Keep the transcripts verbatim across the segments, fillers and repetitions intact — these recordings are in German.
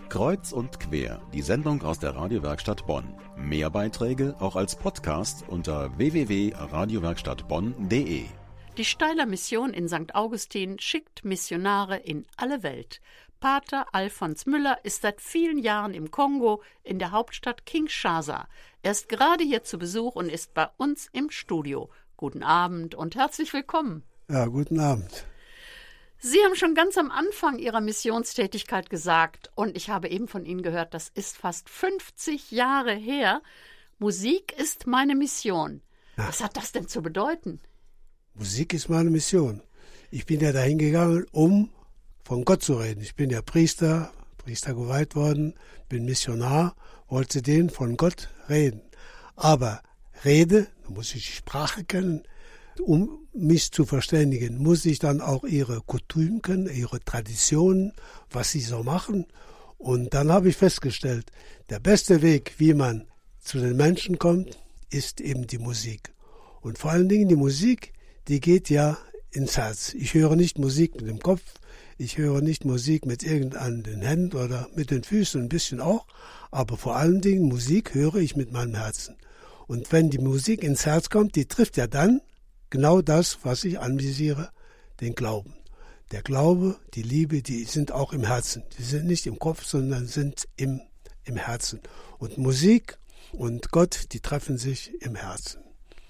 Kreuz und quer, die Sendung aus der Radiowerkstatt Bonn. Mehr Beiträge auch als Podcast unter w w w punkt radiowerkstattbonn punkt d e. Die Steiler Mission in Sankt Augustin schickt Missionare in alle Welt. Pater Alfons Müller ist seit vielen Jahren im Kongo, in der Hauptstadt Kinshasa. Er ist gerade hier zu Besuch und ist bei uns im Studio. Guten Abend und herzlich willkommen. Ja, guten Abend. Sie haben schon ganz am Anfang Ihrer Missionstätigkeit gesagt, und ich habe eben von Ihnen gehört, das ist fast fünfzig Jahre her. Musik ist meine Mission. Ja. Was hat das denn zu bedeuten? Musik ist meine Mission. Ich bin ja dahin gegangen, um von Gott zu reden. Ich bin ja Priester, Priester geweiht worden, bin Missionar, wollte denen von Gott reden. Aber Rede, da muss ich die Sprache kennen, um mich zu verständigen, muss ich dann auch ihre Kutümen kennen, ihre Traditionen, was sie so machen. Und dann habe ich festgestellt, der beste Weg, wie man zu den Menschen kommt, ist eben die Musik. Und vor allen Dingen die Musik, die geht ja ins Herz. Ich höre nicht Musik mit dem Kopf, ich höre nicht Musik mit irgendeinen den Händen oder mit den Füßen, ein bisschen auch, aber vor allen Dingen Musik höre ich mit meinem Herzen. Und wenn die Musik ins Herz kommt, die trifft ja dann genau das, was ich anvisiere, den Glauben. Der Glaube, die Liebe, die sind auch im Herzen. Die sind nicht im Kopf, sondern sind im, im Herzen. Und Musik und Gott, die treffen sich im Herzen.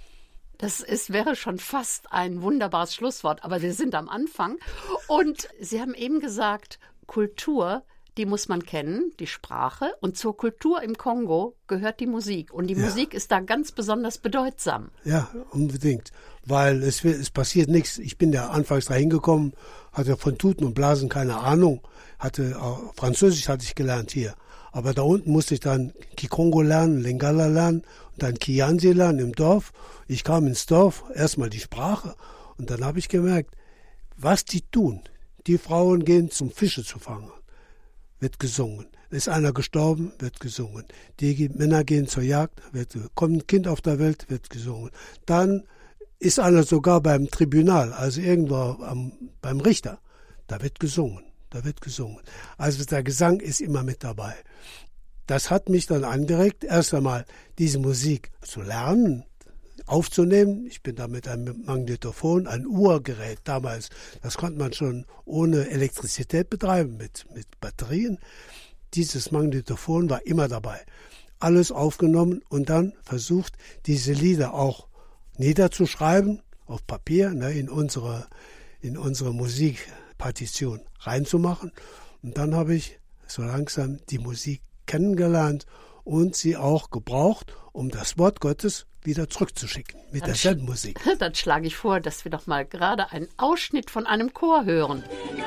Das ist, wäre schon fast ein wunderbares Schlusswort, aber wir sind am Anfang. Und Sie haben eben gesagt, Kultur, die muss man kennen, die Sprache. Und zur Kultur im Kongo gehört die Musik. Und die ja. Musik ist da ganz besonders bedeutsam. Ja, unbedingt. Weil es, es passiert nichts. Ich bin ja anfangs da hingekommen, hatte von Tuten und Blasen keine Ahnung. Hatte auch Französisch hatte ich gelernt hier. Aber da unten musste ich dann Kikongo lernen, Lingala lernen und dann Kianzi lernen im Dorf. Ich kam ins Dorf, erstmal die Sprache. Und dann habe ich gemerkt, was die tun. Die Frauen gehen zum Fische zu fangen. Wird gesungen. Ist einer gestorben, wird gesungen. Die Männer gehen zur Jagd, wird, kommt ein Kind auf der Welt, wird gesungen. Dann ist einer sogar beim Tribunal, also irgendwo am, beim Richter, da wird gesungen, da wird gesungen. Also der Gesang ist immer mit dabei. Das hat mich dann angeregt, erst einmal diese Musik zu lernen, aufzunehmen. Ich bin da mit einem Magnetophon, ein Uhrgerät damals, das konnte man schon ohne Elektrizität betreiben, mit, mit Batterien. Dieses Magnetophon war immer dabei. Alles aufgenommen und dann versucht, diese Lieder auch niederzuschreiben, auf Papier, ne, in unsere, in unsere Musikpartition reinzumachen. Und dann habe ich so langsam die Musik kennengelernt und sie auch gebraucht, um das Wort Gottes wieder zurückzuschicken mit derselben Musik. Dann schlage ich vor, dass wir doch mal gerade einen Ausschnitt von einem Chor hören.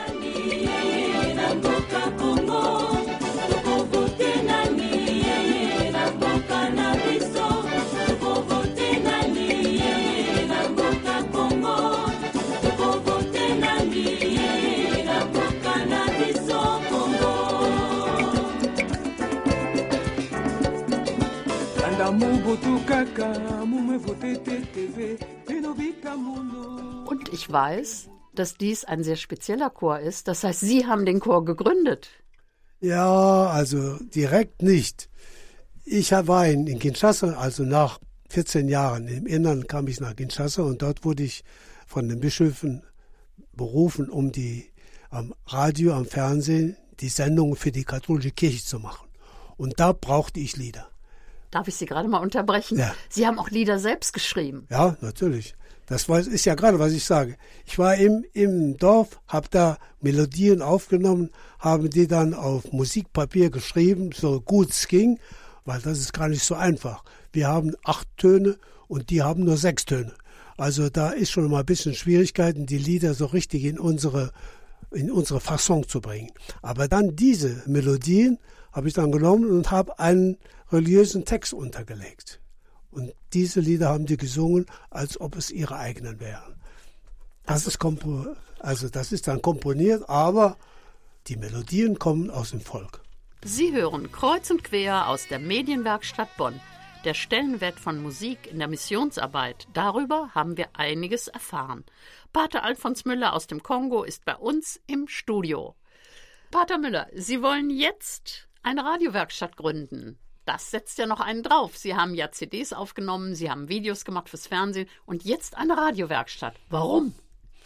Und ich weiß, dass dies ein sehr spezieller Chor ist. Das heißt, Sie haben den Chor gegründet. Ja, also direkt nicht. Ich war in, in Kinshasa, also nach vierzehn Jahren im Innern kam ich nach Kinshasa und dort wurde ich von den Bischöfen berufen, um die am Radio, am Fernsehen die Sendungen für die katholische Kirche zu machen. Und da brauchte ich Lieder. Darf ich Sie gerade mal unterbrechen? Ja. Sie haben auch Lieder selbst geschrieben. Ja, natürlich. Das war, ist ja gerade, was ich sage. Ich war im, im Dorf, habe da Melodien aufgenommen, habe die dann auf Musikpapier geschrieben, so gut es ging, weil das ist gar nicht so einfach. Wir haben acht Töne und die haben nur sechs Töne. Also da ist schon mal ein bisschen Schwierigkeiten, die Lieder so richtig in unsere, in unsere Fasson zu bringen. Aber dann diese Melodien habe ich dann genommen und habe einen religiösen Text untergelegt. Und diese Lieder haben die gesungen, als ob es ihre eigenen wären. Das ist, kompo- also das ist dann komponiert, aber die Melodien kommen aus dem Volk. Sie hören Kreuz und Quer aus der Medienwerkstatt Bonn. Der Stellenwert von Musik in der Missionsarbeit, darüber haben wir einiges erfahren. Pater Alfons Müller aus dem Kongo ist bei uns im Studio. Pater Müller, Sie wollen jetzt eine Radiowerkstatt gründen. Das setzt ja noch einen drauf. Sie haben ja C Ds aufgenommen, Sie haben Videos gemacht fürs Fernsehen und jetzt eine Radiowerkstatt. Warum?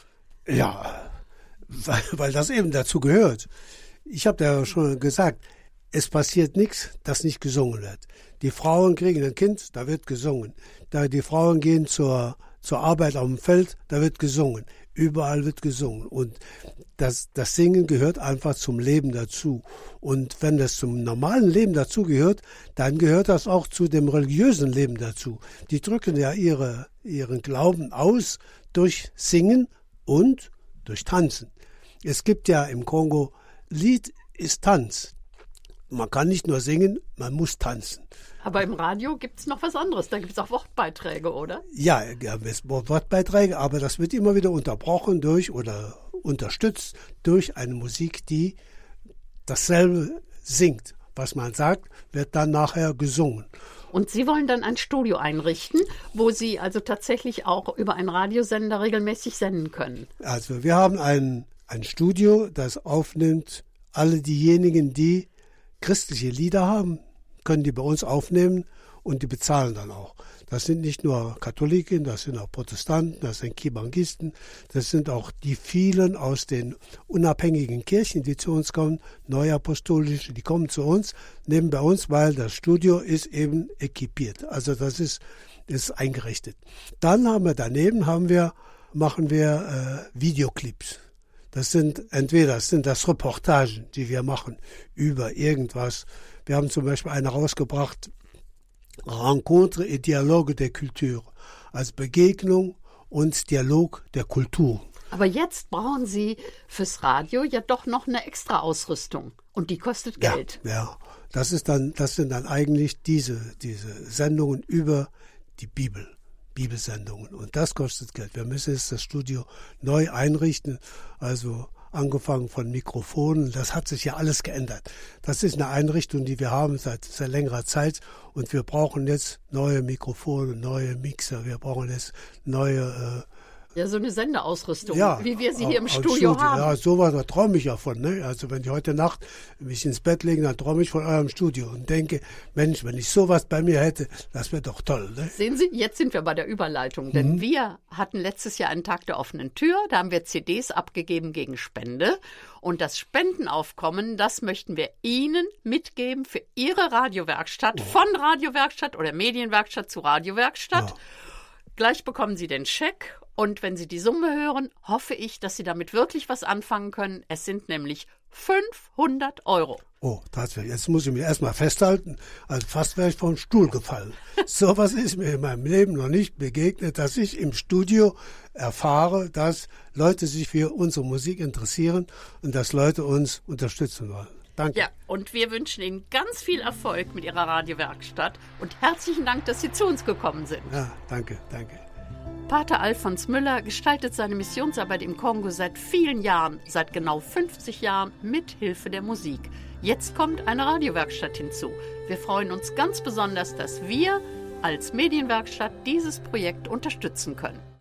Ja, weil, weil das eben dazu gehört. Ich habe ja schon gesagt, es passiert nichts, das nicht gesungen wird. Die Frauen kriegen ein Kind, da wird gesungen. Da die Frauen gehen zur, zur Arbeit auf dem Feld, da wird gesungen. Überall wird gesungen. Und das, das Singen gehört einfach zum Leben dazu. Und wenn das zum normalen Leben dazu gehört, dann gehört das auch zu dem religiösen Leben dazu. Die drücken ja ihre, ihren Glauben aus durch Singen und durch Tanzen. Es gibt ja im Kongo, Lied ist Tanz. Man kann nicht nur singen, man muss tanzen. Aber im Radio gibt es noch was anderes. Da gibt es auch Wortbeiträge, oder? Ja, es gibt Wortbeiträge, aber das wird immer wieder unterbrochen durch oder unterstützt durch eine Musik, die dasselbe singt. Was man sagt, wird dann nachher gesungen. Und Sie wollen dann ein Studio einrichten, wo Sie also tatsächlich auch über einen Radiosender regelmäßig senden können? Also wir haben ein, ein Studio, das aufnimmt alle diejenigen, die christliche Lieder haben, können die bei uns aufnehmen und die bezahlen dann auch. Das sind nicht nur Katholiken, das sind auch Protestanten, das sind Kibangisten, das sind auch die vielen aus den unabhängigen Kirchen, die zu uns kommen, neuapostolische, die kommen zu uns, nehmen bei uns, weil das Studio ist eben equipiert. Also das ist, ist eingerichtet. Dann haben wir daneben, haben wir, machen wir äh, Videoclips. Das sind entweder das sind das Reportagen, die wir machen über irgendwas. Wir haben zum Beispiel eine rausgebracht, Rencontre et Dialogue der Culture, als Begegnung und Dialog der Kultur. Aber jetzt brauchen Sie fürs Radio ja doch noch eine extra Ausrüstung und die kostet Geld. Ja, ja. Das ist dann, das sind dann eigentlich diese, diese Sendungen über die Bibel. Bibelsendungen. Und das kostet Geld. Wir müssen jetzt das Studio neu einrichten, also angefangen von Mikrofonen. Das hat sich ja alles geändert. Das ist eine Einrichtung, die wir haben seit, seit längerer Zeit und wir brauchen jetzt neue Mikrofone, neue Mixer, wir brauchen jetzt neue äh, Ja, so eine Sendeausrüstung, ja, wie wir sie hier im Studio, Studio haben. Ja, sowas, da träume ich ja von. Ne? Also wenn ich heute Nacht mich ins Bett lege, dann träume ich von eurem Studio und denke, Mensch, wenn ich sowas bei mir hätte, das wäre doch toll. Ne? Sehen Sie, jetzt sind wir bei der Überleitung, denn mhm. wir hatten letztes Jahr einen Tag der offenen Tür, da haben wir C Ds abgegeben gegen Spende und das Spendenaufkommen, das möchten wir Ihnen mitgeben für Ihre Radiowerkstatt, oh. von Radiowerkstatt oder Medienwerkstatt zu Radiowerkstatt. Ja. Gleich bekommen Sie den Scheck. Und wenn Sie die Summe hören, hoffe ich, dass Sie damit wirklich was anfangen können. Es sind nämlich fünfhundert Euro. Oh, tatsächlich. Jetzt muss ich mich erstmal festhalten. Also fast wäre ich vom Stuhl gefallen. Sowas ist mir in meinem Leben noch nicht begegnet, dass ich im Studio erfahre, dass Leute sich für unsere Musik interessieren und dass Leute uns unterstützen wollen. Danke. Ja, und wir wünschen Ihnen ganz viel Erfolg mit Ihrer Radiowerkstatt und herzlichen Dank, dass Sie zu uns gekommen sind. Ja, danke, danke. Pater Alfons Müller gestaltet seine Missionsarbeit im Kongo seit vielen Jahren, seit genau fünfzig Jahren, mit Hilfe der Musik. Jetzt kommt eine Radiowerkstatt hinzu. Wir freuen uns ganz besonders, dass wir als Medienwerkstatt dieses Projekt unterstützen können.